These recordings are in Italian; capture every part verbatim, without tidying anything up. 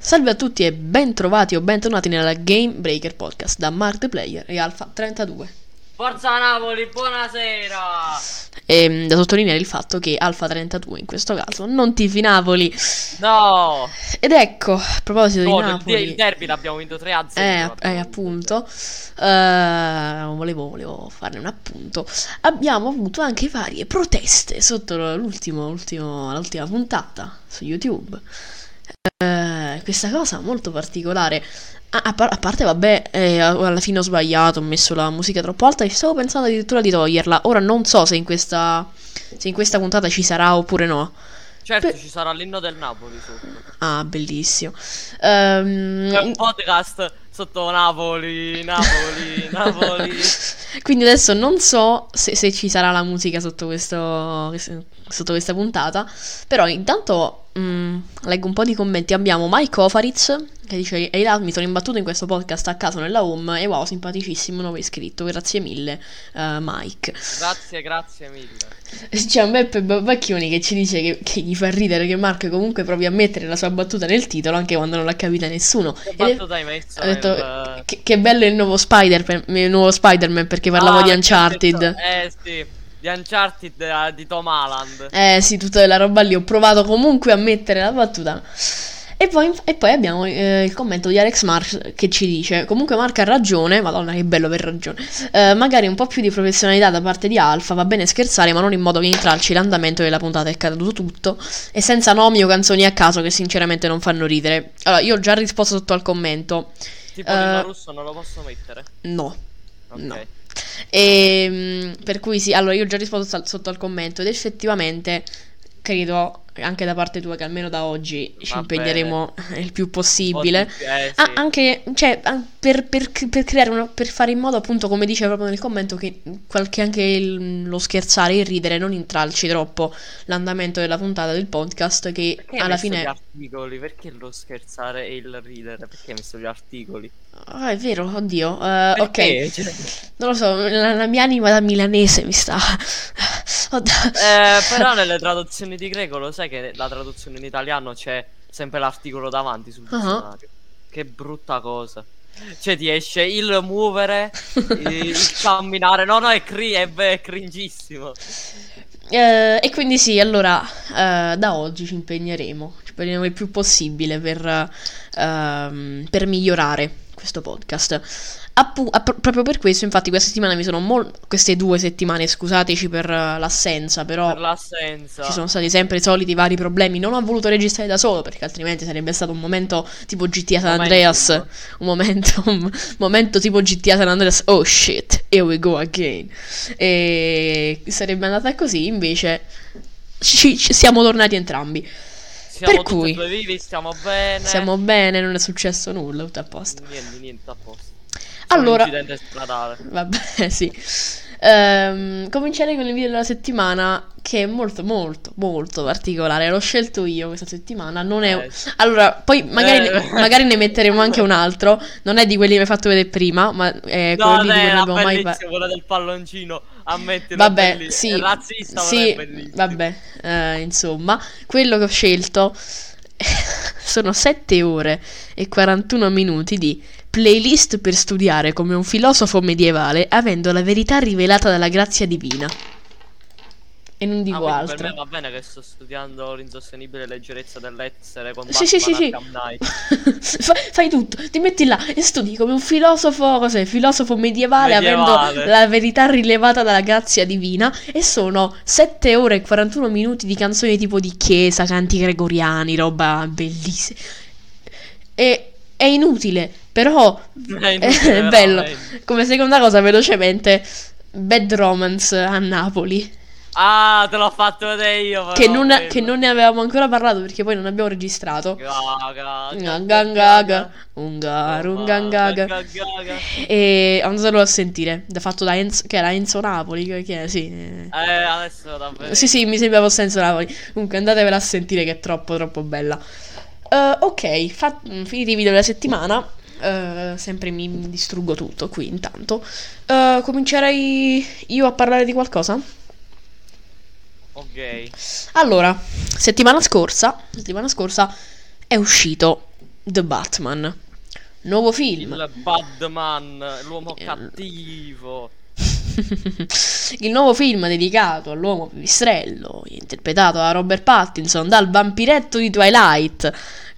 Salve a tutti e ben trovati o bentornati nella Game Breaker Podcast da Mark the Player e Alfa trentadue. Forza Napoli, buonasera! E da sottolineare il fatto che Alfa trentadue in questo caso non tifi Napoli. No! Ed ecco, a proposito di No, Napoli, il derby l'abbiamo vinto tre a zero. eh, l'abbiamo eh, vinto. appunto, eh, volevo, volevo farne un appunto. Abbiamo avuto anche varie proteste sotto l'ultimo, l'ultimo, l'ultima puntata su YouTube. Eh, questa cosa molto particolare. A, a par- a parte, vabbè, eh, alla fine ho sbagliato, ho messo la musica troppo alta e stavo pensando addirittura di toglierla. Ora non so se in questa, se in questa puntata ci sarà oppure no. Certo, Per- ci sarà l'inno del Napoli sotto. Ah, bellissimo. Ehm, È un podcast sotto Napoli, Napoli, Napoli. Quindi adesso non so se, se ci sarà la musica sotto questo, sotto questa puntata. Però intanto mh, leggo un po' di commenti. Abbiamo Mike Ofaritz che dice: Ehi là, mi sono imbattuto in questo podcast a caso nella home e wow, simpaticissimo, nuovo iscritto, grazie mille, uh, Mike. Grazie, grazie mille. C'è Beppe Babbacchioni che ci dice che, che gli fa ridere che Mark comunque provi a mettere la sua battuta nel titolo anche quando non l'ha capita nessuno. Che Ed è- battuta hai messo ha detto nel- che, che bello il nuovo Spider- il nuovo Spider-Man perché parlavo Ah, di perché ho Uncharted. detto- Eh sì, di Uncharted eh, di Tom Holland. Eh sì, tutta quella roba lì. Ho provato comunque a mettere la battuta. E poi, e poi abbiamo eh, il commento di Alex Marx che ci dice: comunque Mark ha ragione, madonna che bello per ragione. Eh, magari un po' più di professionalità da parte di Alfa, va bene scherzare, ma non in modo che intralci l'andamento della puntata. È caduto tutto. E senza nomi o canzoni a caso che sinceramente non fanno ridere. Allora, io ho già risposto sotto al commento. Tipo Eh, Nino Russo non lo posso mettere. No. Ok. No. E, per cui sì, allora io ho già risposto al- sotto al commento ed effettivamente credo anche da parte tua che almeno da oggi ci Va impegneremo il più Un po' possibile. di più, eh, Ah, sì. anche cioè, an- per, per- per creare una, per fare in modo appunto come dice proprio nel commento che qualche anche il- lo scherzare e il ridere non intralci troppo l'andamento della puntata del podcast che Perché hai alla messo gli fine articoli? Perché lo scherzare e il ridere? Perché hai messo gli articoli? ah, è vero, oddio. eh, ok, Perché? Cioè, non lo so, la, la mia anima da milanese mi sta. Oddio. eh, però nelle traduzioni di greco lo sai che la traduzione in italiano c'è sempre l'articolo davanti sul Ah. dizionario. Che brutta cosa. Cioè ti esce il muovere, il camminare. No, no, è, cri- è, è cringissimo. Eh, e quindi sì, allora eh, da oggi ci impegneremo, ci impegneremo il più possibile per, ehm, per migliorare questo podcast. Appu- app- proprio per questo, infatti, questa settimana mi sono molto. Queste due settimane, scusateci per eh, l'assenza, però Per l'assenza. ci sono stati sempre i soliti vari problemi. Non ho voluto registrare da solo perché altrimenti sarebbe stato un momento tipo G T A San Momentum. Andreas. Un momento, un momento tipo G T A San Andreas. Oh shit, here we go again. E sarebbe andata così, invece ci, ci- siamo tornati entrambi. Siamo per tutti cui e due vivi, stiamo bene. siamo bene, non è successo nulla, tutto a posto. Niente, niente, a posto. Solo Allora, un incidente stradale. vabbè, sì. Ehm, comincerei con il video della settimana che è molto, molto, molto particolare. L'ho scelto io questa settimana. Non è. Eh, sì. Allora, poi magari, Eh. ne, magari ne metteremo anche un altro. Non è di quelli che mi hai fatto vedere prima, ma è No, quello lì di cui non era abbiamo mai bellissimo parlato. quello del palloncino. Ammettilo, Vabbè, è sì, bellissimo. È razzista, ma sì, è bellissimo. vabbè, eh, insomma, quello che ho scelto sono sette ore e quarantuno minuti di playlist per studiare come un filosofo medievale avendo la verità rivelata dalla grazia divina. E non Ah, dico quindi per altro. me va bene che sto studiando l'insostenibile leggerezza dell'essere con Sì, sì, sì, Batman sì. Arkham Knight. Fa- fai tutto, ti metti là e studi come un filosofo, cos'è? Filosofo medievale, Medievale. avendo la verità rilevata dalla grazia divina. E sono sette ore e quarantuno minuti di canzoni tipo di chiesa, canti gregoriani, roba bellissima. E è inutile, però È inutile, è bello. veramente. Come seconda cosa, velocemente, Bad Romance a Napoli. Ah, te l'ho fatto vedere io. Però, Che non, quello. che non ne avevamo ancora parlato perché poi non abbiamo registrato. Gaga, Un gangaga, un gar, un gangaga. Gaga. E andatelo a sentire, da fatto da Enzo, che era Enzo Napoli, che che è, sì. Eh, adesso davvero. Sì, sì, mi sembra fosse Enzo Napoli. Comunque andatevela a sentire che è troppo, troppo bella. Eh, ok, fa- finiti i video della settimana. Eh, sempre mi, mi distruggo tutto qui intanto. Eh, comincerei io a parlare di qualcosa? Ok. Allora, settimana scorsa, settimana scorsa è uscito The Batman. Nuovo film. Il Batman, l'uomo Eh, cattivo. Il nuovo film dedicato all'uomo pipistrello, interpretato da Robert Pattinson, dal vampiretto di Twilight,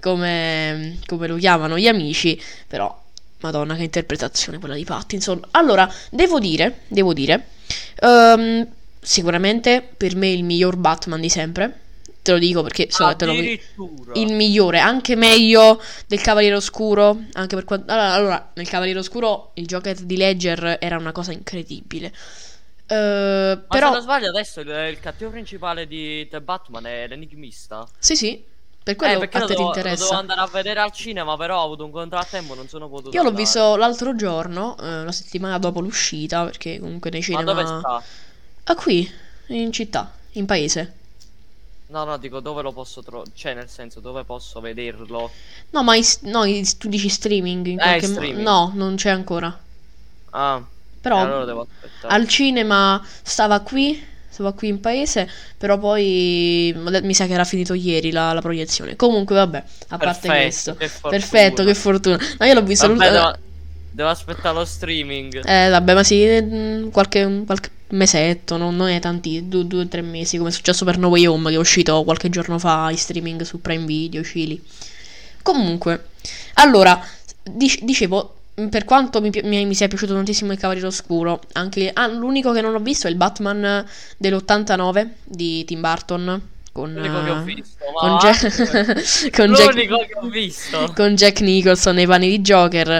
come, come lo chiamano gli amici, però, madonna, che interpretazione quella di Pattinson. Allora, devo dire, devo dire, ehm, sicuramente per me il miglior Batman di sempre. Te lo dico perché so, te lo Addirittura. il migliore, anche meglio del Cavaliere Oscuro, anche per quanto allora, allora, nel Cavaliere Oscuro il Joker di Ledger era una cosa incredibile. Eh, Ma però se non sbaglio adesso il, il cattivo principale di The Batman è l'enigmista. sì, sì, per Eh, quello perché a lo te ti devo, lo devo interessa. andare a vedere al cinema, però ho avuto un contrattempo, non sono potuto Io l'ho andare. visto l'altro giorno, eh, la settimana dopo l'uscita, perché comunque nei Ma dove cinema sta? ah, qui, in città, in paese. No, no, dico dove lo posso trovare. Cioè, nel senso, dove posso vederlo? No, ma i- no, i- tu dici streaming in Eh, qualche modo. streaming. No, non c'è ancora. Ah, e Però allora devo aspettare. al cinema stava qui, stava qui in paese, però poi mi sa che era finito ieri la, la proiezione. Comunque, vabbè, a parte Perfetto, questo. che fortuna. Perfetto, che fortuna. No, io l'ho visto Vabbè, l'ultimo. devo, devo aspettare lo streaming. Eh, vabbè, ma sì, mm, qualche, qualche mesetto, non, non è tanti, due, due, tre mesi, come è successo per No Way Home, che è uscito qualche giorno fa in streaming su Prime Video, Cili. Comunque, allora, dic- dicevo, per quanto mi, pi- mi, mi sia piaciuto tantissimo il Cavaliere Oscuro, anche ah, l'unico che non ho visto è il Batman dell'ottantanove di Tim Burton. Con, L'unico che ho eh, visto, con, ma Jack- con Jack- l'unico che ho visto. con Jack Nicholson nei panni di Joker.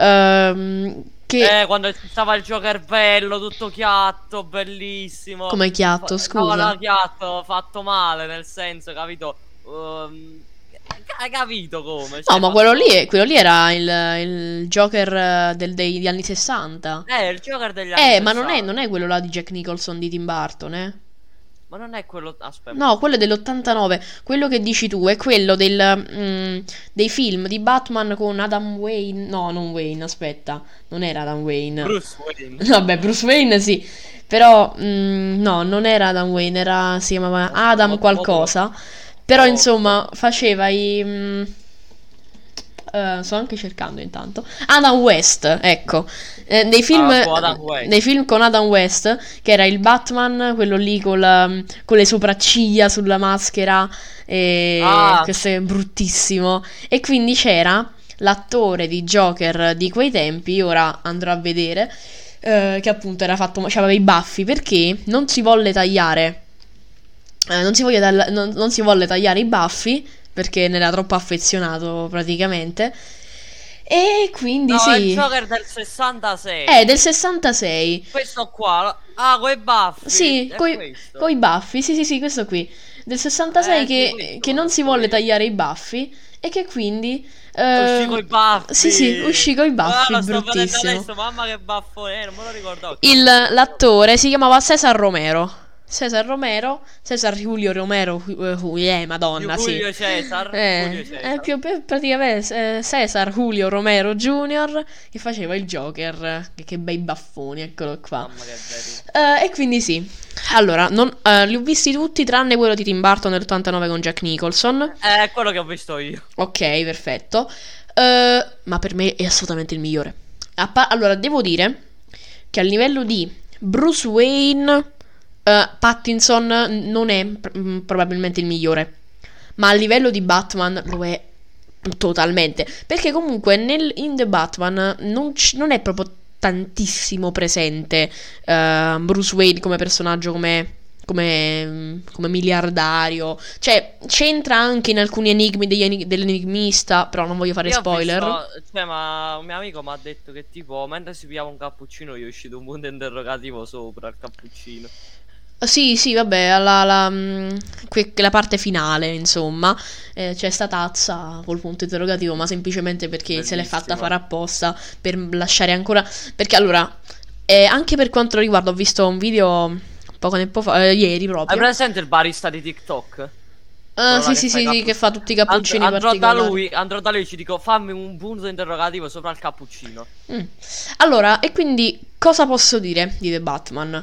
Ehm, che Eh, quando stava il Joker bello, tutto chiatto, bellissimo. come chiatto, Fa- No, scusa. no, chiatto, fatto male, nel senso, capito? Ehm, Hai capito come? No, Cioè, ma quello lì, fatto- è- quello lì era il, il Joker eh, del- dei- degli anni sessanta. Eh, il Joker degli anni Eh, ma non è, sessanta. non è quello là di Jack Nicholson di Tim Burton, eh? Ma non è quello... Aspetta. No, quello è dell'ottantanove. Quello che dici tu è quello del, mm, dei film di Batman con Adam Wayne. No, non Wayne, aspetta. Non era Adam Wayne. Bruce Wayne. Vabbè, Bruce Wayne sì. Però, mm, no, non era Adam Wayne, era, si chiamava Adam qualcosa. Però, Oh. insomma, faceva i... mm, eh, sto anche cercando intanto. Adam West, ecco. Eh, nei film, Ah, con Adam West. nei film con Adam West, che era il Batman, quello lì con, la- con le sopracciglia sulla maschera, e Ah. questo è bruttissimo. E quindi c'era l'attore di Joker di quei tempi, ora andrò a vedere, eh, che appunto era fatto, aveva i baffi perché non si volle tagliare. Eh, non si voglia taglia- non, non si volle tagliare i baffi perché ne era troppo affezionato praticamente. E quindi No, è il sì. Joker del sessantasei. È del sessantasei. Questo qua. Ah, coi baffi. Sì, È coi, questo. coi baffi. Sì, sì, sì, questo qui. Del sessantasei Eh, che, sì, questo che non si lo so volle io. tagliare i baffi e che quindi... Uscì eh, coi baffi. Sì, sì, uscì coi baffi, Ah, lo sto vedendo bruttissimo. adesso, mamma che baffone, non me lo ricordavo. Il, l'attore si chiamava Cesar Romero. Cesar Romero, Cesar Julio Romero, eh, Ju- eh, Madonna, sì. Julio Cesar. Eh, Julio Cesar. è più più- praticamente eh, Cesar Julio Romero Junior che faceva il Joker. Che, che bei baffoni, eccolo qua. Mamma che bello. Eh, e quindi sì. Allora, non- eh, li ho visti tutti tranne quello di Tim Burton nell'ottantanove con Jack Nicholson. È quello che ho visto io. Ok, perfetto. Eh, ma per me è assolutamente il migliore. A pa- allora, devo dire che a livello di Bruce Wayne, eh, Pattinson non è pr- mm, probabilmente il migliore, ma a livello di Batman lo è totalmente. Perché comunque nel, in The Batman non, c- non è proprio tantissimo presente eh, Bruce Wayne come personaggio, come come, come miliardario. Cioè, c'entra anche in alcuni enigmi degli enig- dell'enigmista, però non voglio fare Io ho spoiler. visto- cioè, ma un mio amico mi ha detto che tipo, mentre si pigliava un cappuccino, gli è uscito un punto interrogativo sopra il cappuccino. Sì, sì, vabbè, alla, la, mm, que- la parte finale, insomma, eh, c'è sta tazza col punto interrogativo, ma semplicemente perché se l'è fatta Bellissimo. fare apposta per lasciare ancora... Perché allora, eh, anche per quanto riguarda, ho visto un video poco tempo fa, eh, ieri Hai proprio. presente il barista di TikTok? Ah, Quello là sì, che sì, fa i sì, sì, cappu- che fa tutti i cappuccini And- andrò da particolari. lui, andrò da lui e ci dico fammi un punto interrogativo sopra il cappuccino. Mm. Allora, e quindi cosa posso dire di The Batman?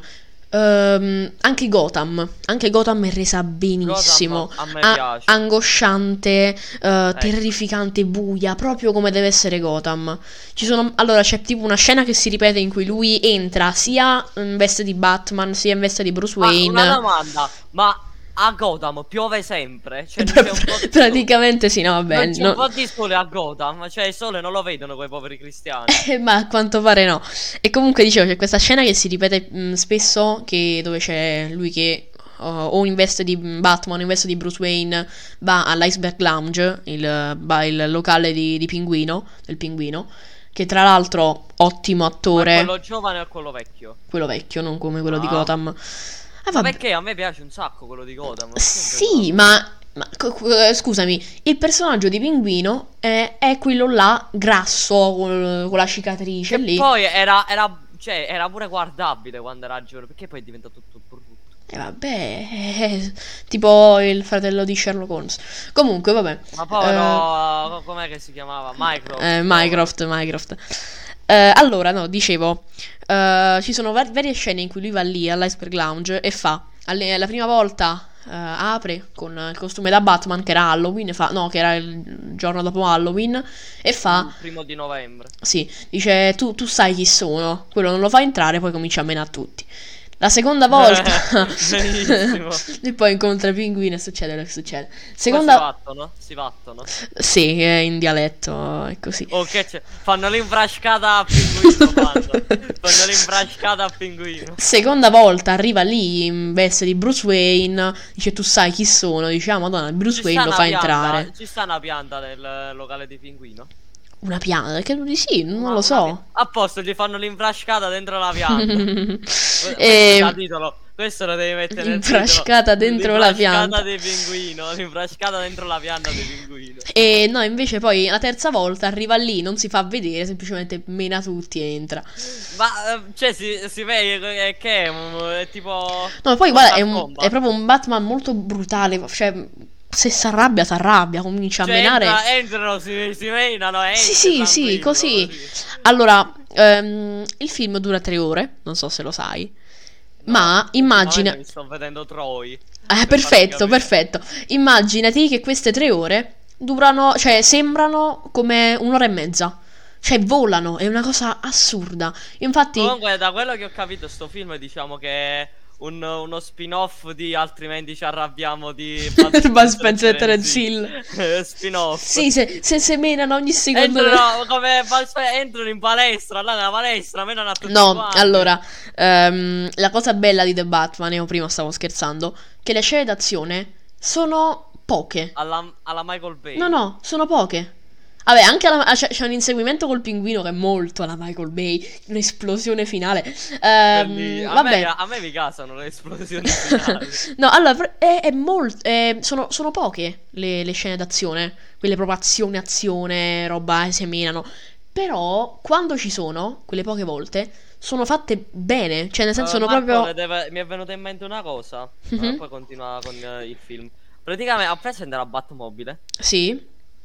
Ehm, anche Gotham, anche Gotham è resa benissimo, Gotham a me a- piace. angosciante, eh, Ecco. terrificante, buia, proprio come deve essere Gotham. Ci sono, allora c'è tipo una scena che si ripete in cui lui entra sia in veste di Batman sia in veste di Bruce Ma una Wayne. domanda, ma a Gotham piove sempre? Cioè non Pra- c'è un po' di sole? praticamente sì, no, vabbè, Non c'è un no- po' di sole a Gotham? Cioè il sole non lo vedono quei poveri cristiani. Eh, ma a quanto pare no. E comunque dicevo, c'è questa scena che si ripete mh, spesso, che, dove c'è lui che uh, o in veste di Batman o in veste di Bruce Wayne va all'Iceberg Lounge, il, ba- il locale di, di Pinguino, del Pinguino, che tra l'altro ottimo Ma attore, quello giovane o quello vecchio? quello vecchio, non come quello di Ah. Gotham. Ah, Ma vabbè. perché a me piace un sacco quello di Gotham. Sì, ma, ma co- co- eh, scusami, il personaggio di Pinguino è, è quello là grasso con, con la cicatrice Che lì. poi era, era, cioè, era pure guardabile quando era giovane. Perché poi è diventato tutto brutto. E vabbè, eh, tipo il fratello di Sherlock Holmes. Comunque, vabbè. Ma povero, com'è che si chiamava? Mycroft. Eh, eh, Mycroft, Mycroft. Eh, allora, no, dicevo, eh, ci sono var- varie scene in cui lui va lì all'Iceberg Lounge e fa, alle- la prima volta eh, apre con il costume da Batman che era Halloween, e fa, no, che era il giorno dopo Halloween, e fa, Il primo di novembre. sì, dice, tu, tu sai chi sono, quello non lo fa entrare, poi comincia a menare a tutti. La seconda volta Benissimo. e poi incontra il pinguino e succede quello che succede. Poi si Seconda, battono? Si battono? sì, è in dialetto, è così. Oh, che c'è? Fanno l'infrascata a pinguino. Fanno, fanno l'infrascata a pinguino. Seconda volta arriva lì in veste di Bruce Wayne, dice tu sai chi sono, dice ah madonna, Bruce Ci Wayne sta lo una fa pianta? entrare. Ci sta una pianta nel locale di pinguino? Una pianta, credo di sì, non Una- lo una so. pia- A posto, gli fanno l'infrascata dentro la pianta. Questo E- è da titolo. Questo lo devi mettere nel titolo. L'infrascata dentro la pianta. L'infrascata di pinguino. L'infrascata dentro la pianta di pinguino. E no, invece poi la terza volta arriva lì, non si fa vedere, semplicemente mena tutti e entra. Ma, eh, cioè, si, si vede che che è, un- è tipo... No, poi guarda, è, un- Mortal Kombat. è proprio un Batman molto brutale, cioè se si arrabbia, si arrabbia, comincia Cioè, a menare. entra- entrano, si, si menano, esce Sì, sì, sì, tranquillo, così. Allora, ehm, il film dura tre ore, non so se lo sai, No, ma immagina... ultimamente mi sto vedendo Troy. Eh, per perfetto, farti capire. perfetto. Immaginati che queste tre ore durano, cioè sembrano come un'ora e mezza. Cioè volano, è una cosa assurda. Infatti... Comunque, da quello che ho capito, sto film diciamo che è un- uno spin-off di Altrimenti ci arrabbiamo di Bud Spencer e Terence Hill. Eh, spin-off. Sì, se, se seminano ogni secondo... Entrano come Bud Spencer, entrano in palestra, là nella palestra, menano a tutti No, quanti. allora, ehm, la cosa bella di The Batman, io prima stavo scherzando, che le scene d'azione sono poche. Alla, alla Michael Bay. No, no, sono poche. Vabbè, anche alla- c'è, c'è un inseguimento col pinguino che è molto alla Michael Bay, un'esplosione finale. Ehm, Belli- a, vabbè. me, a me mi casano le esplosioni finali. No, allora, pr- è, è molto, è- sono, sono poche le, le scene d'azione, quelle proprio azione, azione, roba che seminano. Però, quando ci sono, quelle poche volte, sono fatte bene, cioè nel senso Eh, sono Marco, proprio... deve- mi è venuta in mente una cosa. Mhm. eh, poi continua con eh, il film. Praticamente, ha presente la Batmobile? Sì,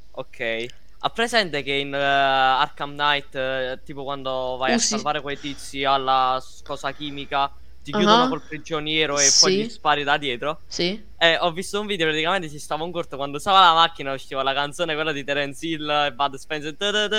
Ok. Ha presente che in eh, Arkham Knight, eh, tipo quando vai a Usi- salvare quei tizi alla s- cosa chimica, ti Ah. chiudono col prigioniero e poi Sì. gli spari da dietro? sì. Eh, ho visto un video, praticamente ci stava un corto quando usava la macchina, usciva la canzone quella di Terence Hill e Bud Spencer.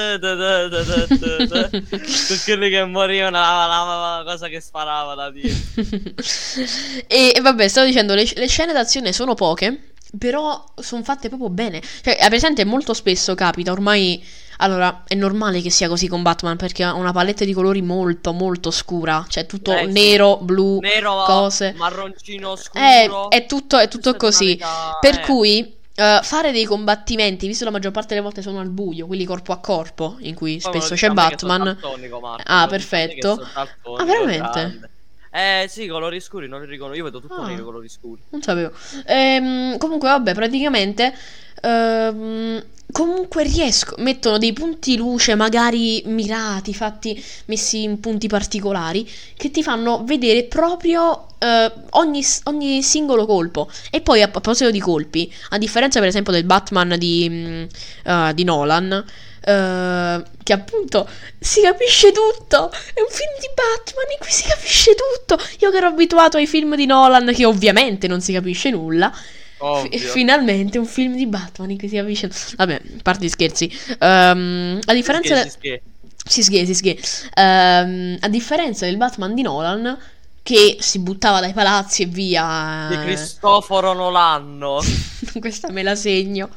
Tutti quelli che morivano, la, la- la cosa che sparava da dietro. E, e vabbè, stavo dicendo, le, le scene d'azione sono poche, però sono fatte proprio bene. Cioè, è presente, molto spesso capita, ormai... Allora, è normale che sia così con Batman, perché ha una palette di colori molto, molto scura. Cioè, tutto Eh, sì. nero, blu, Nero, cose. marroncino scuro. È, è tutto, è tutto Questa così. tonalità, Per eh. cui... eh, fare dei combattimenti, visto la maggior parte delle volte sono al buio, quelli corpo a corpo, in cui Poi me lo spesso dici c'è a me che sono Batman. daltonico, Marco, Ah, me lo dici a me che perfetto. sono daltonico, Ah, veramente? grande. Eh sì, colori scuri non li riconosco. Io vedo tutto Ah. nero, colori scuri. Non sapevo. Ehm, comunque, vabbè, praticamente ehm, comunque riesco, mettono dei punti luce magari mirati, fatti, messi in punti particolari, che ti fanno vedere proprio eh, ogni, ogni singolo colpo. E poi a, a proposito di colpi, a differenza per esempio del Batman di, mh, eh, di Nolan, eh, che appunto si capisce tutto, è un film di Batman in cui si capisce tutto. Io che ero abituato ai film di Nolan, che ovviamente non si capisce nulla. F- finalmente un film di Batman in cui si capisce. Vabbè, a parte gli scherzi. Ehm, a differenza. Si scherzi, Si scherzi, si scherzi. Ehm, a differenza del Batman di Nolan, che si buttava dai palazzi e via. Di Cristoforo Nolanno. Questa me la segno.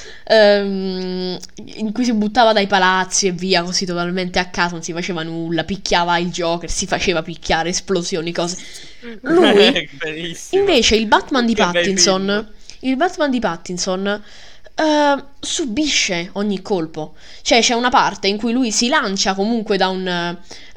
Ehm, in cui si buttava dai palazzi e via così totalmente a caso, non si faceva nulla, picchiava il Joker, si faceva picchiare, esplosioni, cose. Lui invece il Batman di Pattinson, il Batman di Pattinson uh, subisce ogni colpo. Cioè c'è una parte in cui lui si lancia comunque da un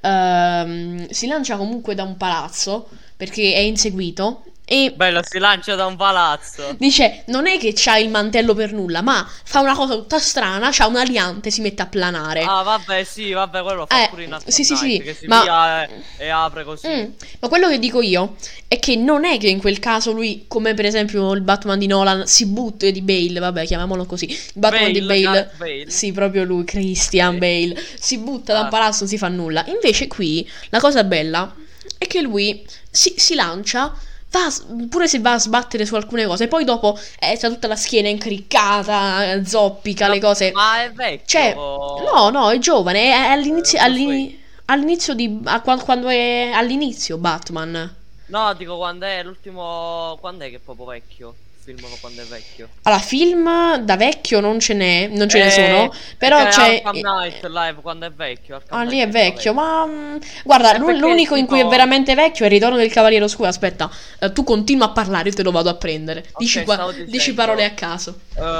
uh, si lancia comunque da un palazzo perché è inseguito. E bello, si lancia da un palazzo. Dice, non è che c'ha il mantello per nulla, ma fa una cosa tutta strana, c'ha un aliante, si mette a planare. Ah, vabbè, sì, vabbè, quello fa eh, pure in Arkham sì, sì, sì, che si ma... via e, e apre così. Mm, ma quello che dico io è che non è che in quel caso lui, come per esempio il Batman di Nolan, si butta di Bale, vabbè, chiamiamolo così. Il Batman Bale, di Bale, Bale. Sì, proprio lui, Christian Bale, si butta ah. da un palazzo, non si fa nulla. Invece qui, la cosa bella è che lui si, si lancia... Va, pure se va a sbattere su alcune cose, poi dopo eh, c'ha tutta la schiena incriccata, zoppica, ma, le cose. Ma è vecchio? Cioè, no, no, è giovane, è all'inizio, all'inizio, all'inizio di... A, quando è all'inizio Batman. No, dico quando è l'ultimo... Quando è che è proprio vecchio? Film quando è vecchio. Allora, film da vecchio non ce n'è, non ce eh, ne sono, però c'è Arkham Knight Live quando è vecchio. Arkham Ah, Knight lì è vecchio, vecchio. ma mh, guarda, l'u- l'unico in cui è veramente vecchio è il Ritorno del Cavaliere Oscuro. Aspetta, eh, tu continua a parlare, io te lo vado a prendere. Dici, okay, qua- dici parole a caso.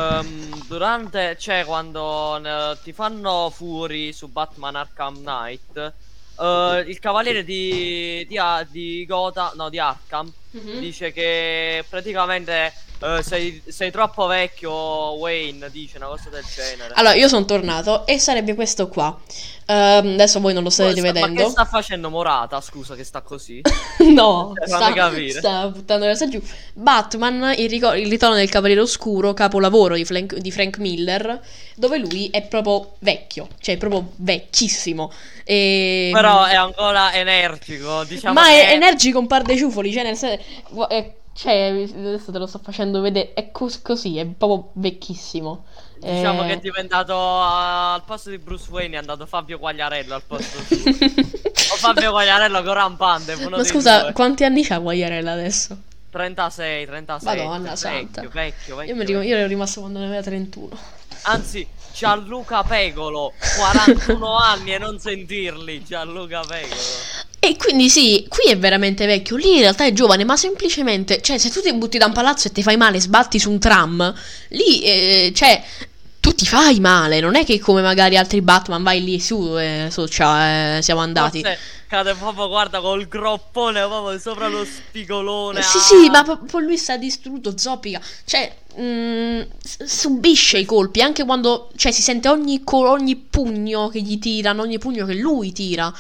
Um, durante, cioè, quando uh, ti fanno fuori su Batman Arkham Knight, uh, il Cavaliere di, di, di Gotham, no, di Arkham, mm-hmm. dice che praticamente uh, sei, sei troppo vecchio, Wayne, dice una cosa del genere. Allora, io sono tornato e sarebbe questo qua. Uh, adesso voi non lo state sta, vedendo. Ma che sta facendo Morata? Scusa, che sta così. No, sta, capire. sta buttando la giù. Batman, il, ricor- il ritorno del Cavaliere Oscuro, capolavoro di, Frank- di Frank Miller, dove lui è proprio vecchio, cioè proprio vecchissimo. E... Però è ancora energico, diciamo. Ma che... è energico un par de ciufoli, cioè nel senso... È, cioè, adesso te lo sto facendo vedere, è cos- così, è proprio vecchissimo. Diciamo eh... che è diventato uh, al posto di Bruce Wayne è andato Fabio Quagliarello al posto suo. O Fabio Quagliarello con rampante. Ma scusa, due. Quanti anni c'ha Quagliarella adesso? trentasei, trentasei. Madonna santa. Vecchio, vecchio, vecchio. Io, mi ricordo, io ero rimasto quando ne aveva trentuno. Anzi, Gianluca Pegolo, quarantuno anni e non sentirli, Gianluca Pegolo. E quindi sì, qui è veramente vecchio, lì in realtà è giovane, ma semplicemente, cioè, se tu ti butti da un palazzo e ti fai male, sbatti su un tram, lì, eh, cioè, tu ti fai male, non è che come magari altri Batman vai lì su e so, cioè, siamo andati. Forse cade proprio, guarda, col groppone proprio sopra lo spigolone. Sì, ah. sì, ma poi lui sta distrutto, zoppica, cioè, mh, subisce i colpi, anche quando, cioè, si sente ogni, ogni pugno che gli tirano, ogni pugno che lui tira.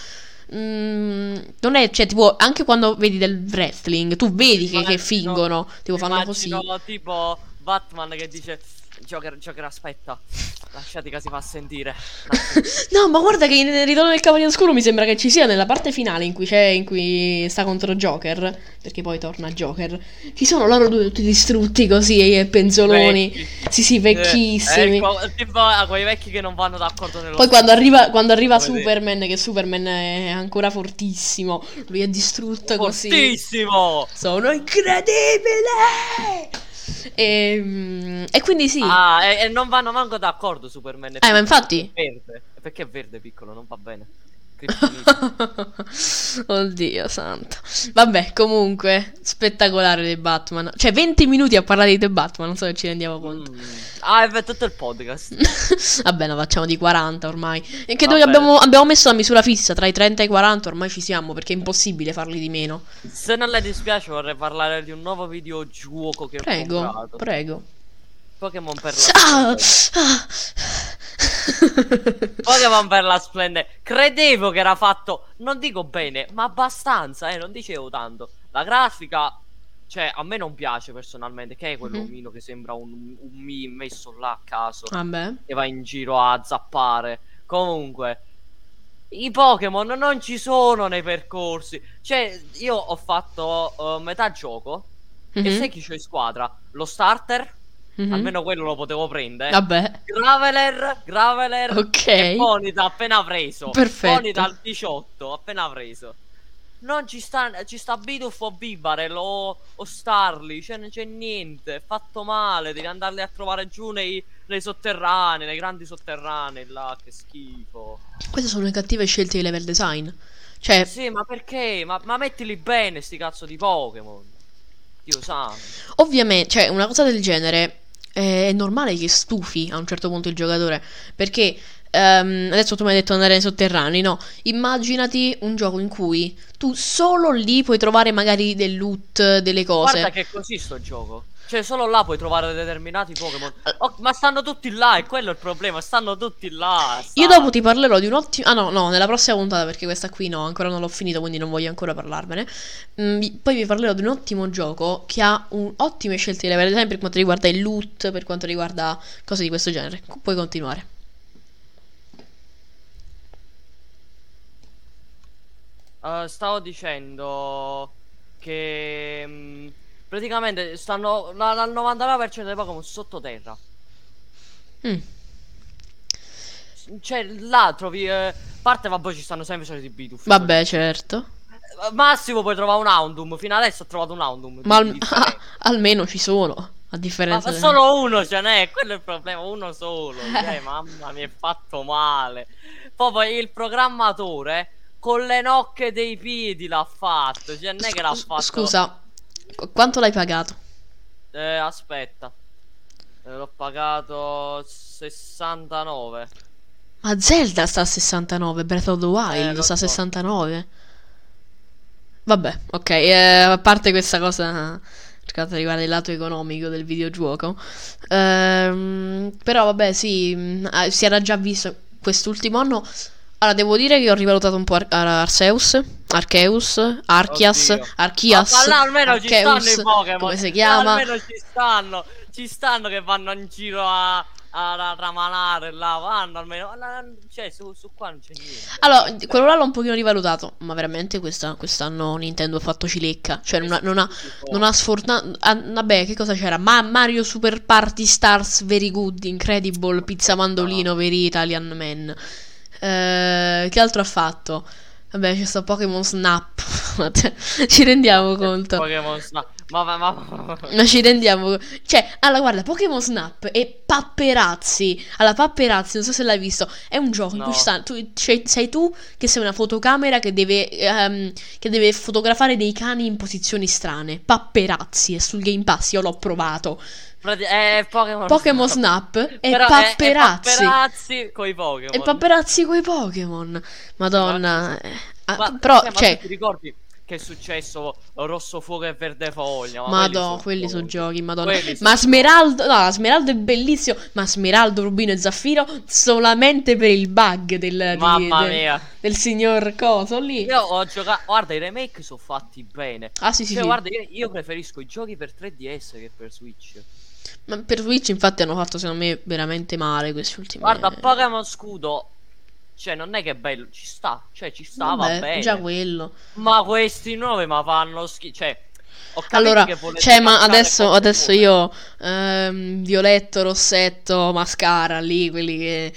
Mm, non è, cioè, tipo, anche quando vedi del wrestling, tu vedi che, che fingono, tipo, fanno così. Tipo Batman che dice: Joker, Joker, aspetta, lasciati che si fa sentire. No, ma guarda che nel Ritorno del Cavaliere Oscuro mi sembra che ci sia nella parte finale in cui c'è, in cui sta contro Joker, perché poi torna Joker. Ci sono loro due tutti distrutti così e penzoloni. Vecchi. Sì, sì, vecchissimi. Eh, eh, tipo a quei vecchi che non vanno d'accordo nello Poi quando arriva, quando arriva Superman, che Superman è ancora fortissimo, lui è distrutto così. Fortissimo! Sono incredibile! E, e quindi sì. Ah, e, e non vanno manco d'accordo Superman. Eh, ma infatti. È verde. Perché è verde piccolo, non va bene. Oddio santo. Vabbè, comunque, spettacolare The Batman. Cioè, venti minuti a parlare di The Batman, non so se ci rendiamo conto. Mm. Ah, è tutto il podcast. Vabbè, no, facciamo di quaranta ormai. E che noi abbiamo, abbiamo messo la misura fissa tra i trenta e i quaranta, ormai ci siamo, perché è impossibile farli di meno. Se non le dispiace vorrei parlare di un nuovo videogioco che prego, ho comprato. Prego, prego. Pokémon per la Ah, splendere. ah. Pokémon per la splendere. Credevo che era fatto, non dico bene, ma abbastanza, eh, non dicevo tanto. La grafica, cioè, a me non piace personalmente, che è Mhm. quell'omino che sembra un, un Mi messo là a caso, Vabbè. che va in giro a zappare. Comunque, i Pokémon non ci sono nei percorsi. Cioè, io ho fatto uh, metà gioco e sai Mhm. chi c'ho in squadra? Lo starter, Mhm. almeno quello lo potevo prendere. Vabbè. Graveler, Graveler Ok. e Ponyta appena preso. Ponyta Perfetto. al diciotto, appena preso. Non ci sta, ci sta Bidoof o Bibarel o, o Starly, cioè non c'è niente, è fatto male, devi andarli a trovare giù nei, nei sotterranei, nei grandi sotterranei là, che schifo. Queste sono le cattive scelte di level design. Cioè, Sì, ma perché? Ma, ma mettili bene sti cazzo di Pokémon. Dio santo. ovviamente, cioè, una cosa del genere eh, è normale che stufi a un certo punto il giocatore. Perché ehm, adesso tu mi hai detto andare nei sotterranei, no? Immaginati un gioco in cui tu solo lì puoi trovare magari del loot, delle Guarda cose. che è così sto gioco. Cioè, solo là puoi trovare determinati Pokémon. Oh, ma stanno tutti là, e quello è il problema. Stanno tutti là. Io dopo ti Stanno. parlerò di un ottimo... Ah no, no, nella prossima puntata perché questa qui no, ancora non l'ho finito, quindi non voglio ancora parlarvene. Mm, vi- poi vi parlerò di un ottimo gioco che ha un ottime scelte di level design per quanto riguarda il loot, per quanto riguarda cose di questo genere. Pu- Puoi continuare. Eh, stavo dicendo che mh, praticamente stanno la- al novantanove per cento dei Pokémon sottoterra. Mm, S- Cioè, là trovi. Eh, a parte, vabbè, ci stanno sempre i soliti Bidoof, i vabbè, soliti. certo. Eh, Massimo puoi trovare un Houndoom. Fino adesso ho trovato un Houndoom Ma di, di al- differente. almeno ci sono, a Ma, differenza ma de... solo uno ce n'è, quello è il problema, uno solo. Cioè, mamma mi è fatto male. Poi, poi il programmatore con le nocche dei piedi l'ha fatto. Cioè, non è che l'ha Scu- fatto. scusa, qu- quanto l'hai pagato? Eh, aspetta. Eh, l'ho pagato sessantanove. Ma Zelda sta a sessantanove, Breath of the Eh, Wild lo sta a so. sessantanove. Vabbè, ok, eh, a parte questa cosa per quanto riguarda il lato economico del videogioco, ehm, però vabbè sì, mh, ah, si era già visto quest'ultimo anno. Allora, devo dire che ho rivalutato un po' Ar- Ar- Arceus, Arceus, Archias, Oddio. Ah, ma Archias, là almeno ci stanno i Arceus, Pokémon. come si Là chiama? almeno ci stanno. Ci stanno che vanno in giro a, a, a ramanare là. Vanno almeno. là- Cioè, su, su qua non c'è niente. Allora, quello là l'ho un pochino rivalutato, ma veramente questa- quest'anno Nintendo ha fatto cilecca, cioè È non ha, non ha, non schifo. ha sfortunato... vabbè, che cosa c'era? Ma Mario Super Party Stars Very Good, Incredible, Ma Pizza che Mandolino, schifo. Very Italian Man. Eh, che altro ha fatto? Vabbè, c'è sta Pokémon Snap, ma te- ci Ma rendiamo che conto. Pokémon Snap. Ma, ma, ma... Ma ci rendiamo. Cioè, allora, guarda, Pokémon Snap e Papperazzi. Allora, Papperazzi, non so se l'hai visto. È un gioco in cui ci No. sta. Tu, c'è- sei tu che sei una fotocamera che deve, ehm, che deve fotografare dei cani in posizioni strane. Papperazzi, è sul Game Pass, io l'ho provato. Prati- È Pokémon Pokémon Snap. Snap e Però è, è Papperazzi. papperazzi coi E Pokémon. Papperazzi coi Pokémon. Cioè, ma, ci- Madonna. eh. Ah, ma, però, cioè, ma tu cioè. ti ricordi che è successo Rosso Fuoco e Verde Foglia? Ma quelli Madò, sono quelli sono giochi. giochi, madonna. Quelli sono Ma giochi. Smeraldo, no, Smeraldo è bellissimo, ma Smeraldo, Rubino e Zaffiro solamente per il bug del, di- Mamma del- mia. del signor Coso lì. Io ho giocato. Guarda, i remake sono fatti bene. Ah, sì, sì, Cioè, sì. guarda, io, io preferisco i giochi per tre D S che per Switch. Ma per Switch infatti hanno fatto secondo me veramente male questi ultimi... Guarda, Pokémon Scudo. Cioè, non è che è bello. Ci sta. Cioè, ci sta, va Vabbè, già bene. quello. Ma questi nuovi ma fanno schifo. Cioè, ho capito Allora, che volete cioè, ma cacciare adesso, adesso Pokémon. io... ehm, Violetto, Rossetto, Mascara, lì, quelli che...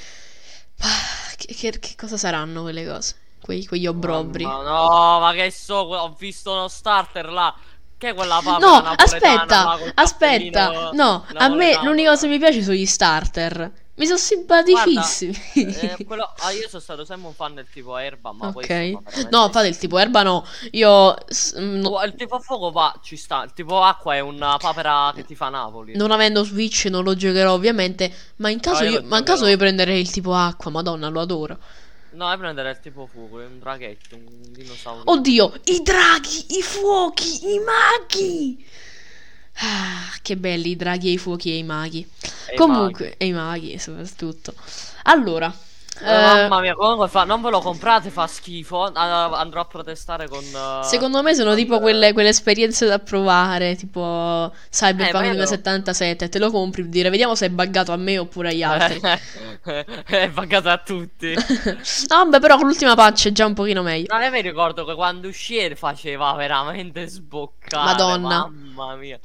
Ah, Che, che- che cosa saranno quelle cose? Quei, quegli obbrobri. Mamma no, ma che so, ho visto uno starter là. Che è quella papera No, napoletana aspetta, là col aspetta. cappellino No, a me napoletano l'unica cosa là. che mi piace sono gli starter. Mi sono Guarda, simpaticissimi. eh, quello, ah, io sono stato sempre un fan del tipo erba, ma questo Ok. fa No, veramente fate il tipo schifo. erba no. Io s- mm, no- Oh, il tipo fuoco va, ci sta. Il tipo acqua è una papera che ti fa Napoli. non avendo Switch non lo giocherò ovviamente. Ma in No, caso io io, lo ma in caso giocherò. io prenderei il tipo acqua, Madonna, lo adoro. No, è prendere il tipo fuoco, è un draghetto, un dinosaurino. Oddio, i draghi, i fuochi, i maghi. Ah, che belli i draghi e i fuochi e i maghi. E i Comunque, e i maghi soprattutto. Allora, Eh, eh, mamma mia, comunque fa, non ve lo comprate, fa schifo. Ah, andrò a protestare con... eh, secondo me sono con, tipo quelle, quelle esperienze da provare, tipo eh, ma Cyberpunk io devo... duemilasettantasette, te lo compri per dire vediamo se è buggato a me oppure agli altri. È pagato a tutti. No, vabbè, però con l'ultima patch è già un pochino meglio. No, io mi ricordo che quando uscì faceva veramente sboccare, Madonna. mamma mia.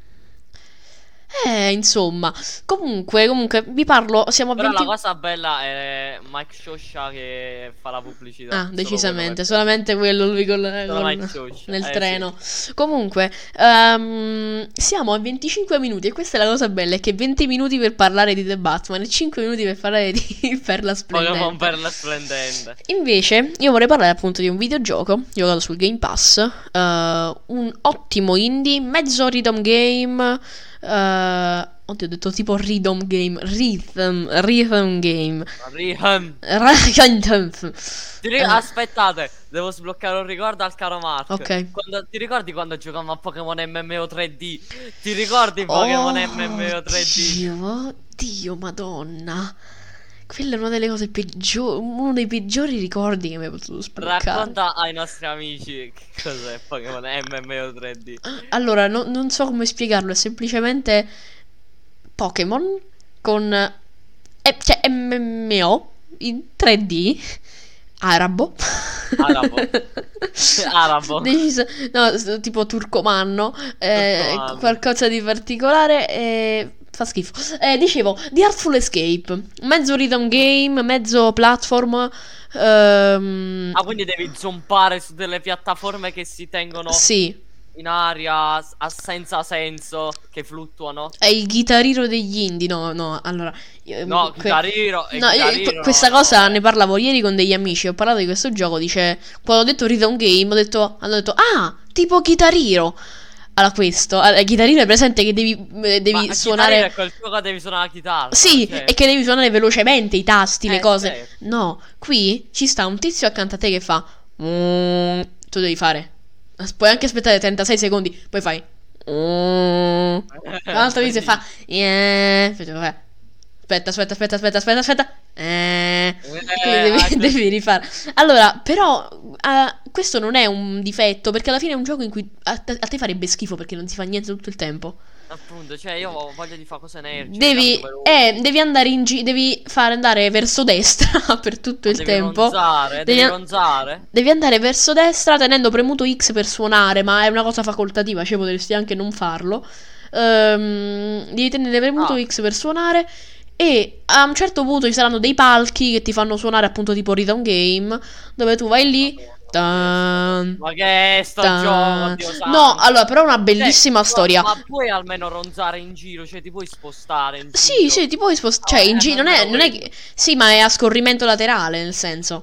Eh, insomma, comunque, comunque, vi parlo, siamo a Però la venti... cosa bella è Mike Shosha che fa la pubblicità. Ah, Solo quello mi è decisamente, piaciuto. solamente quello lui col, Solo Mike col- Shosha, nel eh sì. treno. Comunque, ehm, siamo a venticinque minuti e questa è la cosa bella, è che venti minuti per parlare di The Batman e cinque minuti per parlare di Perla Pokémon Splendente. per la splendente. Invece, io vorrei parlare appunto di un videogioco giocato sul Game Pass, eh, un ottimo indie, mezzo rhythm game, eh, oddio, ho detto tipo rhythm game, rhythm, rhythm game. Rihan. Rhythm. Ti ri- Eh, Aspettate, devo sbloccare un ricordo al caro Mark. ok. Quando- ti ricordi quando giocavamo a Pokémon M M O tre D? Ti ricordi Pokémon Oh, M M O tre D? Dio, Dio, Madonna. Quella è una delle cose peggiori, uno dei peggiori ricordi che mi hai potuto sbloccare. Racconta ai nostri amici che cos'è Pokémon M M O tre D. Allora, no- non so come spiegarlo, è semplicemente Pokémon con eh, cioè M M O in tre D arabo. Arabo. Arabo. Deciso, no, s- tipo turcomanno, eh, Turcomanno. qualcosa di particolare e fa schifo. Eh, dicevo, The Artful Escape, mezzo rhythm game, mezzo platform. ehm, Ah, quindi devi zompare su delle piattaforme che si tengono sì, in aria s- a senza senso, che fluttuano. è il chitarrino degli indie. No, no, allora. io- No, que- Chitariro e no, io- Chitariro, que- questa no, cosa no, ne eh. parlavo ieri con degli amici. Ho parlato di questo gioco. Dice, quando ho detto rhythm game, ho detto, hanno detto, ah, tipo chitariro. Allora, questo, allora, chitarino è presente che devi, eh, devi Ma suonare. Chitariro è quel gioco che devi suonare la chitarra. Sì, Cioè... e che devi suonare velocemente i tasti, le Eh, cose. certo. No, qui ci sta un tizio accanto a te che fa. "Mm", tu devi fare. As- Puoi anche aspettare trentasei secondi, poi fai. "Mm". L'altro tizio fa. "Yeah". Poi tu fai, Aspetta, aspetta, aspetta, aspetta, aspetta, aspetta. Eh, quindi Eh, devi, anche- devi rifare. Allora, però, eh, questo non è un difetto, perché alla fine è un gioco in cui a te, a te farebbe schifo perché non si fa niente tutto il tempo. Appunto, cioè io ho voglia di fare cose energiche. Devi, tanto veloci. eh, devi andare in giro, devi fare andare verso destra per tutto il Devi tempo. ronzare, Devi, devi a- ronzare. devi andare verso destra tenendo premuto X per suonare, ma è una cosa facoltativa, cioè potresti anche non farlo. Ehm, devi tenere premuto Ah. X per suonare. E a un certo punto ci saranno dei palchi che ti fanno suonare appunto tipo rhythm game, dove tu vai lì. tan, Ma che è sto tan. gioco, Dio santo. No, allora, però è una Cioè, bellissima ma- storia. Ma puoi almeno ronzare in giro, cioè ti puoi spostare in Sì, giro. sì, ti puoi spostare. No, Cioè, in eh, giro non è, almeno non è quello. che. Sì, ma è a scorrimento laterale, nel senso.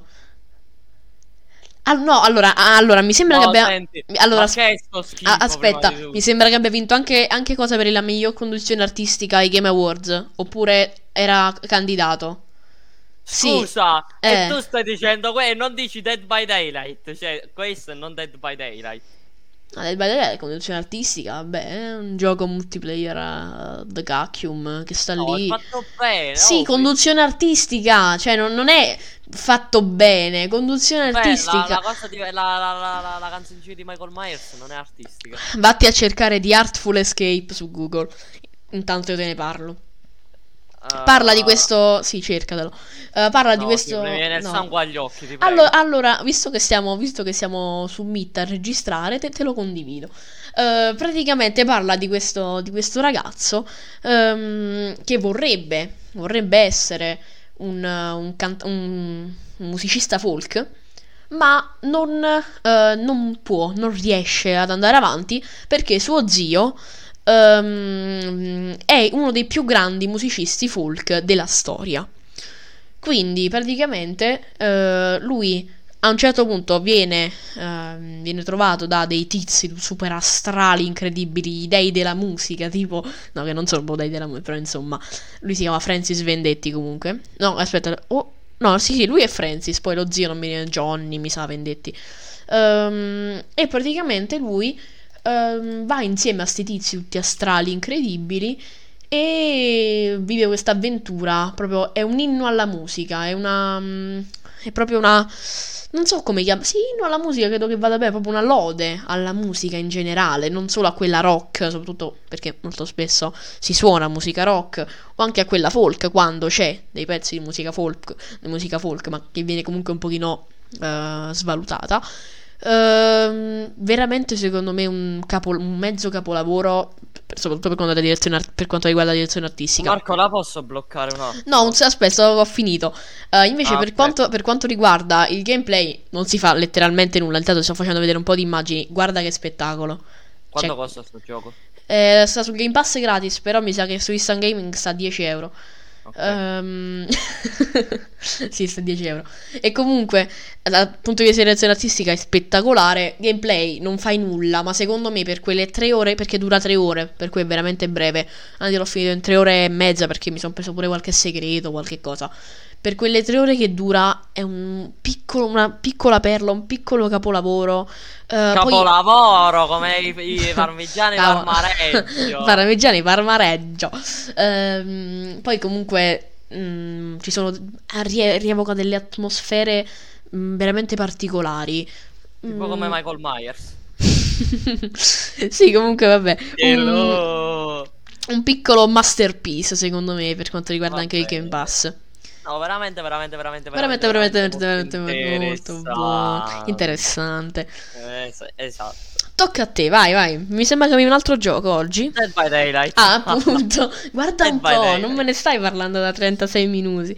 Ah, no, allora, ah, allora, mi sembra No, che abbia. senti, Allora, ma as- che è sto schifo, ah, prima aspetta, di tutto? mi sembra che abbia vinto anche, anche cosa per la miglior conduzione artistica ai Game Awards. Oppure era candidato. Sì, Scusa, eh. e tu stai dicendo que- non dici Dead by Daylight, cioè questo è non Dead by Daylight. Ah, Dead by Daylight, conduzione artistica, vabbè, è un gioco multiplayer uh, The Gachium che sta No, è lì. fatto bene. Sì, oh, conduzione artistica, cioè non, non è fatto bene, conduzione beh, la, artistica. la cosa di, la, la, la, la, la canzoncina di Michael Myers non è artistica. Vatti a cercare The Artful Escape su Google. Intanto io te ne parlo. Uh, Parla di questo. Sì, cercatelo. Eh, parla di no, questo. sì, mi viene il no. sangue agli occhi, ti prego. Allora, allora, visto che stiamo, visto che siamo su Meet a registrare, te, te lo condivido. Eh, praticamente parla di questo, di questo ragazzo ehm, che vorrebbe, vorrebbe essere un, un, cant- un- un musicista folk, ma non, eh, non può, non riesce ad andare avanti perché suo zio ehm, è uno dei più grandi musicisti folk della storia. Quindi praticamente eh, lui a un certo punto viene, ehm, viene trovato da dei tizi super astrali, incredibili, dei della musica, tipo. No, che non sono proprio dei della musica, però insomma. Lui si chiama Francis Vendetti comunque. No, aspetta. Oh, no, sì, sì, lui è Francis, poi lo zio non mi viene Johnny, mi sa Vendetti. Ehm, e praticamente lui ehm, va insieme a sti tizi tutti astrali incredibili e vive questa avventura. Proprio è un inno alla musica, è una mm, è proprio una non so come chiama. Sì, inno alla musica credo che vada bene, proprio una lode alla musica in generale, non solo a quella rock, soprattutto perché molto spesso si suona musica rock, o anche a quella folk quando c'è dei pezzi di musica folk, di musica folk, ma che viene comunque un pochino eh, svalutata. Ehm, veramente secondo me un, capo- un mezzo capolavoro, per- soprattutto per quanto, la direzione art- per quanto riguarda la direzione artistica. Marco, la posso bloccare un No, un, attimo? aspetta, ho finito. Eh, invece Ah, per ok. quanto, per quanto riguarda il gameplay non si fa letteralmente nulla, intanto ti sto facendo vedere un po' di immagini, guarda che spettacolo. Cioè, Quanto costa sto gioco? eh, sta sul Game Pass gratis, però mi sa che su Instant Gaming sta a dieci euro. Ok. Ehm, sì, sta a dieci euro. E comunque, dal punto di vista di direzione artistica è spettacolare. Gameplay non fai nulla, ma secondo me per quelle tre ore, perché dura tre ore, per cui è veramente breve. Anzi, l'ho finito in tre ore e mezza perché mi sono preso pure qualche segreto, qualche cosa. Per quelle tre ore che dura è un piccolo, una piccola perla, un piccolo capolavoro. Eh, poi Capolavoro come i, i parmigiani Cavolo. Parmareggio. Parmigiani Parmareggio. Ehm, poi comunque mm, ci sono rie- rievoca delle atmosfere mm, veramente particolari. Tipo come Mm. Michael Myers. Sì, comunque vabbè, un, Hello. un piccolo masterpiece secondo me per quanto riguarda Va anche il Game bene. Pass. No, veramente, veramente, veramente, Veramente, veramente, veramente, veramente veramente, molto veramente molto buono, interessante. interessante. Es- esatto. Tocca a te, vai, vai. Mi sembra che avevi un altro gioco oggi. Dead by Daylight. Ah, appunto, guarda Dead un by po', non me Daylight. ne stai parlando da trentasei minuti.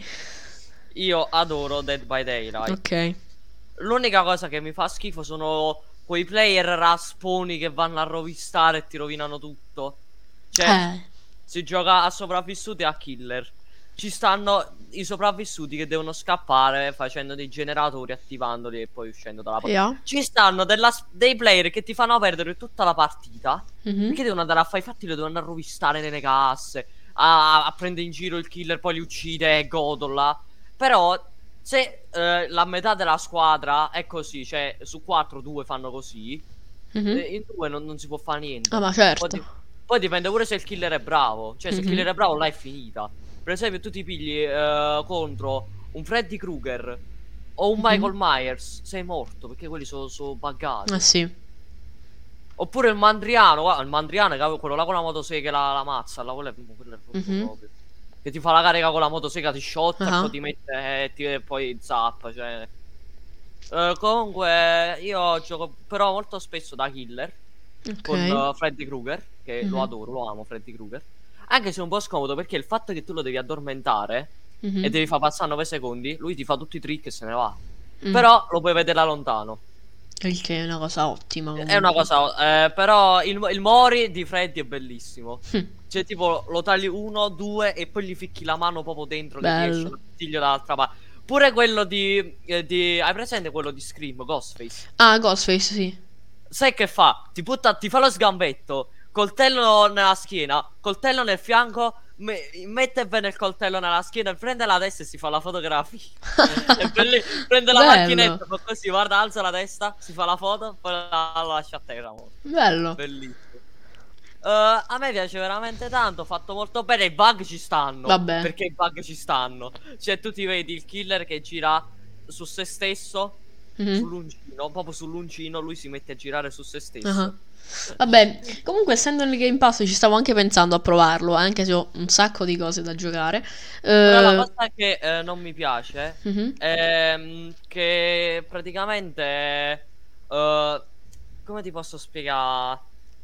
Io adoro Dead by Daylight. Ok. L'unica cosa che mi fa schifo sono quei player rasponi che vanno a rovistare e ti rovinano tutto. Cioè, Eh, si gioca a sopravvissuti e a killer. Ci stanno i sopravvissuti che devono scappare facendo dei generatori, attivandoli e poi uscendo dalla porta. yeah. Ci stanno della- dei player che ti fanno perdere tutta la partita. Mhm. Perché devono andare a fare i fatti, lo devono andare a rovistare nelle casse. A, a prendere in giro il killer, poi li uccide e godono. Però se eh, la metà della squadra è così, cioè su quattro, due fanno così, Mhm. eh, in due non, non si può fare Ah, niente. ma Poi, certo. di- poi dipende pure se il killer è bravo. Cioè, se il Mhm. killer è bravo, là è finita. Per esempio, tu ti pigli eh, contro un Freddy Krueger o un Mhm. Michael Myers, sei morto perché quelli sono Ah, buggati. sì. Oppure il Mandriano, guarda, il Mandriano, che- quello là con la motosega, la, la mazza, là, quello è, quello è brutto Mhm. proprio. Che ti fa la carica con la motosega, ti shotta e poi Ah, ti mette e, ti, e poi zappa, cioè. Eh, comunque, io gioco però molto spesso da killer ok. con eh, Freddy Krueger, che lo Mhm. adoro, lo amo Freddy Krueger. Anche se è un po' scomodo perché il fatto che tu lo devi addormentare e Mhm. devi far passare nove secondi, lui ti fa tutti i trick e se ne va. Mm. Però lo puoi vedere da lontano. Il che è una cosa ottima È una comunque. cosa, eh, però il, il Mori di Freddy è bellissimo. Hm, Cioè, tipo, lo tagli uno, due e poi gli ficchi la mano proprio dentro che ti esce bello. un artiglio dall'altra parte. Pure quello di, eh, di... Hai presente quello di Scream, Ghostface? Ah, Ghostface, sì. Sai che fa? Ti butta, ti fa lo sgambetto, coltello nella schiena, coltello nel fianco, me- mette bene il coltello nella schiena, prende la testa e si fa la fotografia. E belli- prende la Bello. macchinetta, fa così, guarda, alza la testa, si fa la foto, poi la, la lascia a terra. Mo. Bello. Bellissimo. Eh, a me piace veramente tanto, fatto molto bene. I bug ci stanno. Vabbè. Perché i bug ci stanno. Cioè, tu ti vedi il killer che gira su se stesso, Mhm. sull'uncino, proprio sull'uncino, lui si mette a girare su se Ah. stesso. Vabbè, comunque essendo nel Game Pass ci stavo anche pensando a provarlo, anche se ho un sacco di cose da giocare. Però la Eh, cosa che eh, non mi piace mhm. è mm, che praticamente, eh, come ti posso spiegare?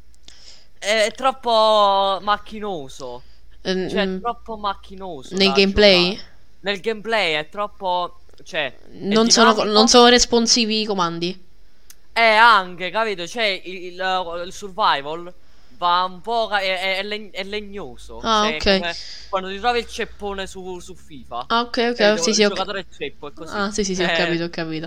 È troppo macchinoso. Ehm, Cioè, è mm, troppo macchinoso nel da gameplay giocare. Nel gameplay è troppo. Cioè, è non sono, non dinamico. sono responsivi i comandi. È anche, capito? Cioè, il, il- il survival va un po'. ca- È, è- è leg- è legnoso. Ah, Cioè, è ok. come quando ti trovi il ceppone su, su FIFA. Ah, ok, ok, Capito? sì, Il sì, ok. giocatore è ceppo, è così. Ah, sì, sì, sì, ho Eh, capito, ho capito.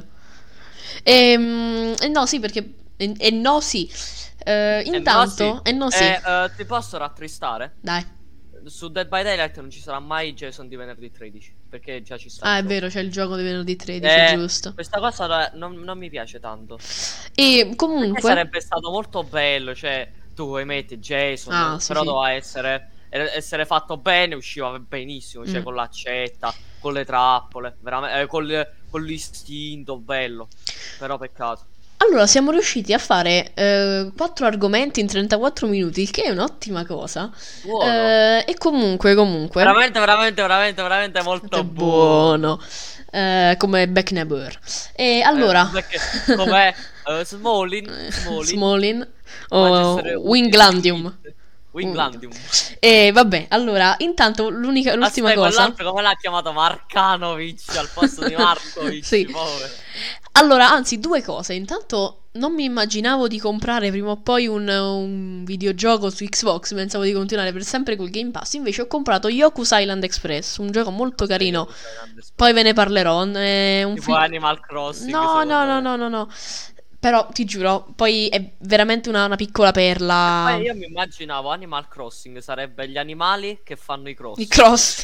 Ehm, eh, no, sì, perché... E eh, no, sì. Eh, eh, no, sì. intanto... E no, sì. Eh, eh, ti posso rattristare? Dai. su Dead by Daylight non ci sarà mai Jason di venerdì tredici, perché già ci sta il Ah, è gioco. vero, c'è il gioco di venerdì tredici, Eh, giusto. questa cosa non, non mi piace tanto. E Perché comunque... sarebbe stato molto bello, cioè, tu vuoi metti Ah, Jason, sì, però sì. doveva essere, e- essere fatto bene, usciva benissimo, cioè Mm. con l'accetta, con le trappole, veramente, eh, col- con l'istinto, bello. Però peccato. Allora, siamo riusciti a fare eh, quattro argomenti in trentaquattro minuti, il che è un'ottima cosa. Buono. Eh, e comunque, comunque, Veramente, veramente, veramente, veramente è molto buono. buono. Eh, come Back Never. E Eh, allora, perché, com'è? Eh, Smalling, Smalling, Smolin o Manchester Winglandium. United, Wing- Winglandium. E vabbè, allora, intanto l'unica, l'ultima Aspetta, cosa. quell'altro come l'ha chiamato Marcanovic al posto di Sì. Markovic, povero. Allora, anzi, due cose. Intanto non mi immaginavo di comprare prima o poi un, un videogioco su Xbox, pensavo di continuare per sempre col Game Pass. Invece ho comprato Yoku's Island Express, un gioco molto Cos'è io carino. cos'è grande Poi ve espresso? ne parlerò. È un Tipo film. Animal Crossing, No, no, secondo no, me. no, no, no. Però ti giuro, poi è veramente una, una piccola E poi perla. io mi immaginavo Animal Crossing sarebbe gli animali che fanno i I cross. cross.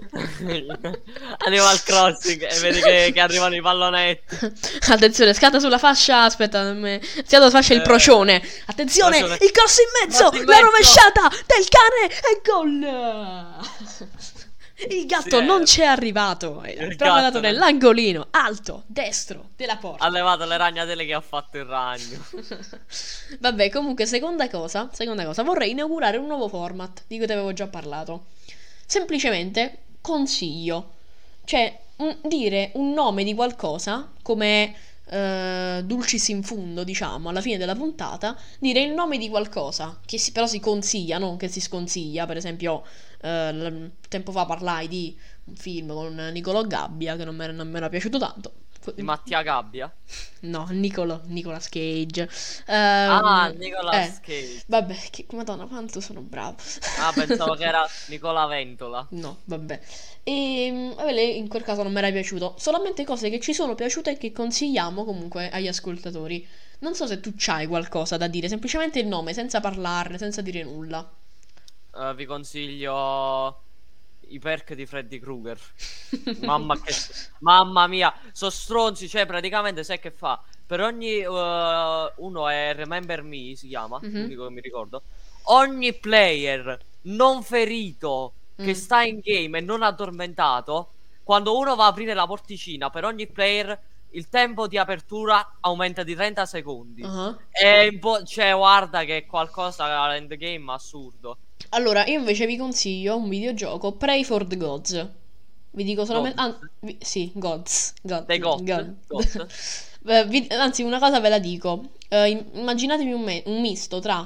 Animal Crossing e vedi che, che arrivano i pallonetti. Attenzione, scatta sulla fascia. Aspetta, me- scatta sulla fascia il Eh, procione. Attenzione, ragione. il cross in mezzo. Cross in La mezzo. rovesciata del cane e gol. Il gatto Sì, non eh, c'è arrivato. È il proprio gatto andato non- nell'angolino alto, destro della porta. ha levato le ragnatele che ha fatto il ragno. Vabbè, comunque, seconda cosa, seconda cosa, vorrei inaugurare un nuovo format di cui ti avevo già parlato. Semplicemente consiglio, cioè un- dire un nome di qualcosa come eh, dulcis in fundo, diciamo, alla fine della puntata, dire il nome di qualcosa che si- però si consiglia, non che si sconsiglia. Per esempio, eh, l- tempo fa parlai di un film con Nicolò Gabbia che non mi non mi era piaciuto tanto. Di Mattia Gabbia. No, Nicolo, Nicolas Cage. Ah, Ehm, eh, Nicolas Cage. vabbè, che, madonna, quanto sono bravo. Ah, pensavo che era Nicola Ventola. No, vabbè. E vabbè, lei in quel caso non mi era piaciuto. Solamente cose che ci sono piaciute e che consigliamo comunque agli ascoltatori. Non so se tu c'hai qualcosa da dire, semplicemente il nome, senza parlarne, senza dire nulla. Eh, vi consiglio i perk di Freddy Krueger. Mamma che mamma mia, sono stronzi, cioè praticamente sai che fa? Per ogni eh, uno è Remember Me si chiama, Mhm. l'unico che mi ricordo. Ogni player non ferito che Mm. sta in game e non addormentato, quando uno va a aprire la porticina, per ogni player il tempo di apertura aumenta di trenta secondi. Ah. È un po', cioè guarda che è qualcosa all'endgame assurdo. Allora, io invece vi consiglio un videogioco, Pray for the Gods. Vi dico solamente... God. ah, vi- sì, Gods. God, Dei got, God. got. Eh, vi- anzi, una cosa ve la dico. Eh, im- immaginatevi un, me- un misto tra...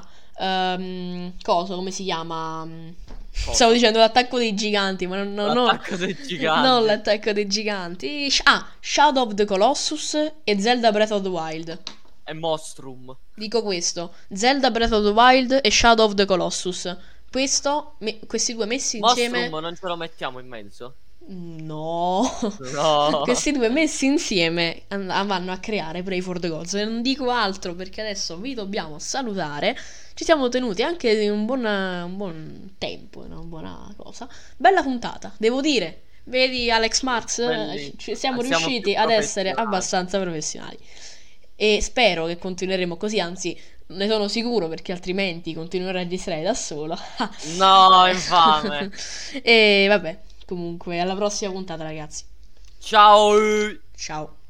ehm, coso, come si chiama? Stavo dicendo l'attacco dei giganti, ma non, no, no, L'attacco dei giganti. non l'attacco dei giganti. Sh- Ah, Shadow of the Colossus e Zelda Breath of the Wild. È Mostrum. Dico questo, Zelda Breath of the Wild e Shadow of the Colossus. Questo, me- questi due messi insieme... Mostrum non ce lo mettiamo in mezzo? No. No. Questi due messi insieme and- vanno a creare Pray for the Gods. E non dico altro perché adesso vi dobbiamo salutare. Ci siamo tenuti anche di un buon, un buon tempo, una buona cosa. Bella puntata, devo dire. Vedi Alex Marx? Belli. Ci siamo Siamo riusciti più ad essere professionali. abbastanza professionali. E spero che continueremo così, anzi, ne sono sicuro perché altrimenti continuerò a registrare da solo. No, infame. E vabbè, comunque, alla prossima puntata, ragazzi. Ciao. Ciao.